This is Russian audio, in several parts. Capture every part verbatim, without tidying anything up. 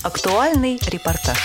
Актуальный репортаж.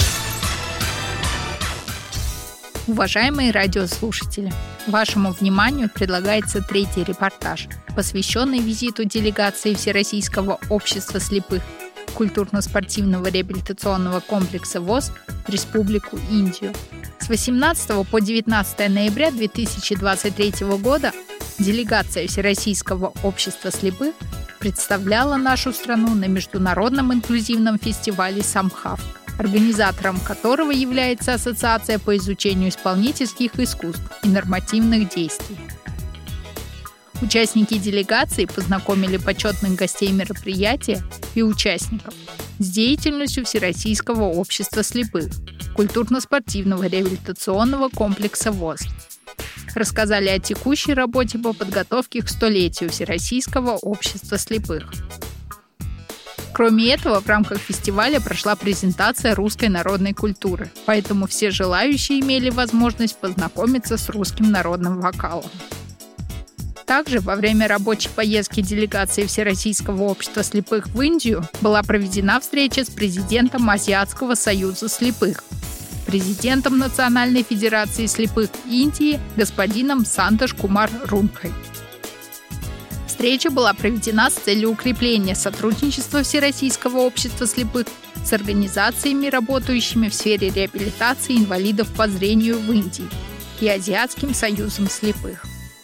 Уважаемые радиослушатели, вашему вниманию предлагается третий репортаж, посвященный визиту делегации Всероссийского общества слепых культурно-спортивного реабилитационного комплекса ВОС в Республику Индию. С восемнадцатого по девятнадцатое ноября две тысячи двадцать третьего года делегация Всероссийского общества слепых представляла нашу страну на международном инклюзивном фестивале «Самхав», организатором которого является Ассоциация по изучению исполнительских искусств и нормативных действий. Участники делегации познакомили почетных гостей мероприятия и участников с деятельностью Всероссийского общества слепых культурно-спортивного реабилитационного комплекса ВОС. Рассказали о текущей работе по подготовке к столетию Всероссийского общества слепых. Кроме этого, в рамках фестиваля прошла презентация русской народной культуры, поэтому все желающие имели возможность познакомиться с русским народным вокалом. Также во время рабочей поездки делегации Всероссийского общества слепых в Индию была проведена встреча с президентом Азиатского союза слепых, президентом Национальной федерации слепых Индии господином Сантош Кумар Рункой. Встреча была проведена с целью укрепления сотрудничества Всероссийского общества слепых с организациями, работающими в сфере реабилитации инвалидов по зрению в Индии, и Азиатским союзом слепых.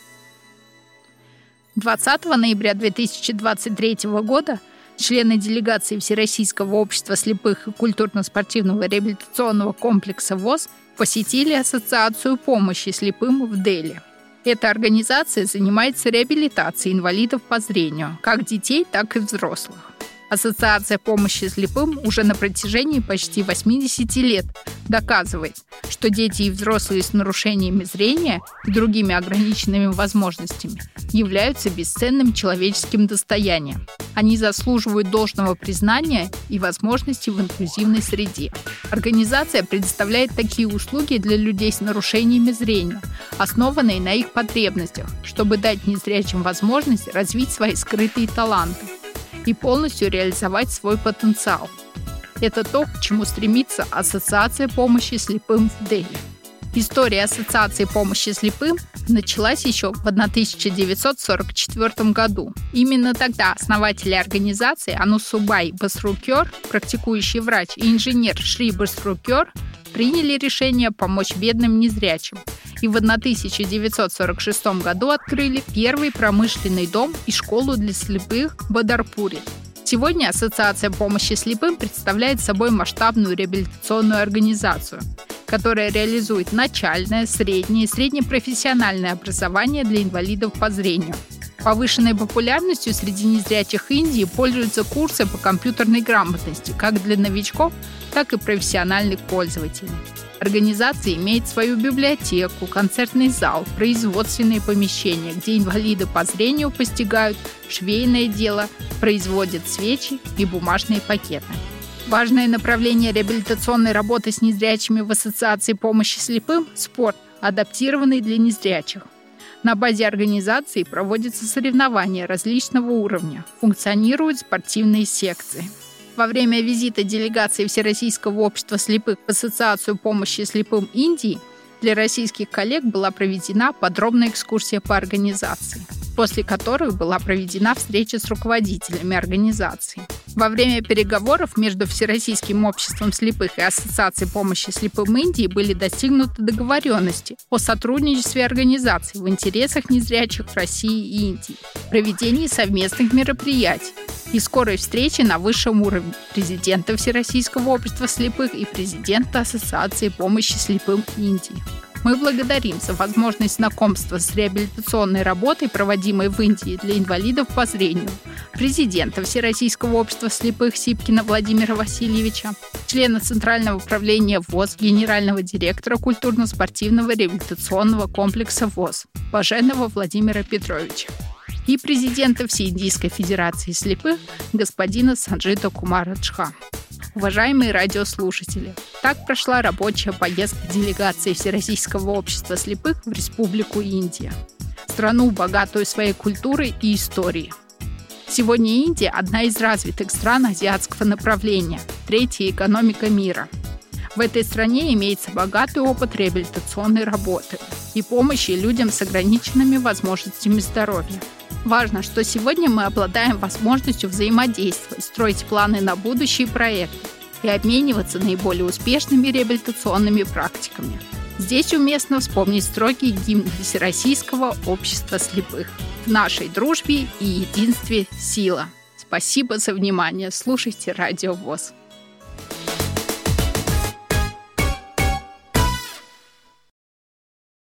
двадцатого ноября две тысячи двадцать третьего года члены делегации Всероссийского общества слепых и культурно-спортивного реабилитационного комплекса ВОС посетили Ассоциацию помощи слепым в Дели. Эта организация занимается реабилитацией инвалидов по зрению, как детей, так и взрослых. Ассоциация помощи слепым уже на протяжении почти восемьдесят лет доказывает, что дети и взрослые с нарушениями зрения и другими ограниченными возможностями являются бесценным человеческим достоянием. Они заслуживают должного признания и возможностей в инклюзивной среде. Организация предоставляет такие услуги для людей с нарушениями зрения, основанные на их потребностях, чтобы дать незрячим возможность развить свои скрытые таланты и полностью реализовать свой потенциал. Это то, к чему стремится Ассоциация помощи слепым в Дели. История Ассоциации помощи слепым началась еще в тысяча девятьсот сорок четвёртом году. Именно тогда основатели организации Анусубай Басрукер, практикующий врач, и инженер Шри Басрукер приняли решение помочь бедным незрячим и в тысяча девятьсот сорок шестом году открыли первый промышленный дом и школу для слепых в Бадарпуре. Сегодня Ассоциация помощи слепым представляет собой масштабную реабилитационную организацию, которая реализует начальное, среднее и среднепрофессиональное образование для инвалидов по зрению. Повышенной популярностью среди незрячих Индии пользуются курсы по компьютерной грамотности как для новичков, так и профессиональных пользователей. Организация имеет свою библиотеку, концертный зал, производственные помещения, где инвалиды по зрению постигают швейное дело, производят свечи и бумажные пакеты. Важное направление реабилитационной работы с незрячими в Ассоциации помощи слепым – спорт, адаптированный для незрячих. На базе организации проводятся соревнования различного уровня, функционируют спортивные секции. Во время визита делегации Всероссийского общества слепых в Ассоциацию помощи слепым Индии для российских коллег была проведена подробная экскурсия по организации, после которых была проведена встреча с руководителями организации. Во время переговоров между Всероссийским обществом слепых и Ассоциацией помощи слепым Индии были достигнуты договоренности о сотрудничестве организаций в интересах незрячих в России и Индии, проведении совместных мероприятий и скорой встречи на высшем уровне президента Всероссийского общества слепых и президента Ассоциации помощи слепым Индии. Мы благодарим за возможность знакомства с реабилитационной работой, проводимой в Индии для инвалидов по зрению, президента Всероссийского общества слепых Сипкина Владимира Васильевича, члена Центрального управления ВОС, генерального директора культурно-спортивного реабилитационного комплекса ВОС Баженова Владимира Петровича и президента Всеиндийской федерации слепых господина Санджита Кумара Джха. Уважаемые радиослушатели, так прошла рабочая поездка делегации Всероссийского общества слепых в Республику Индия, страну, богатую своей культурой и историей. Сегодня Индия – одна из развитых стран азиатского направления третья экономика мира. В этой стране имеется богатый опыт реабилитационной работы и помощи людям с ограниченными возможностями здоровья. Важно, что сегодня мы обладаем возможностью взаимодействовать, строить планы на будущие проекты и обмениваться наиболее успешными реабилитационными практиками. Здесь уместно вспомнить строгий гимн Всероссийского общества слепых. В нашей дружбе и единстве сила. Спасибо за внимание. Слушайте Радио ВОС.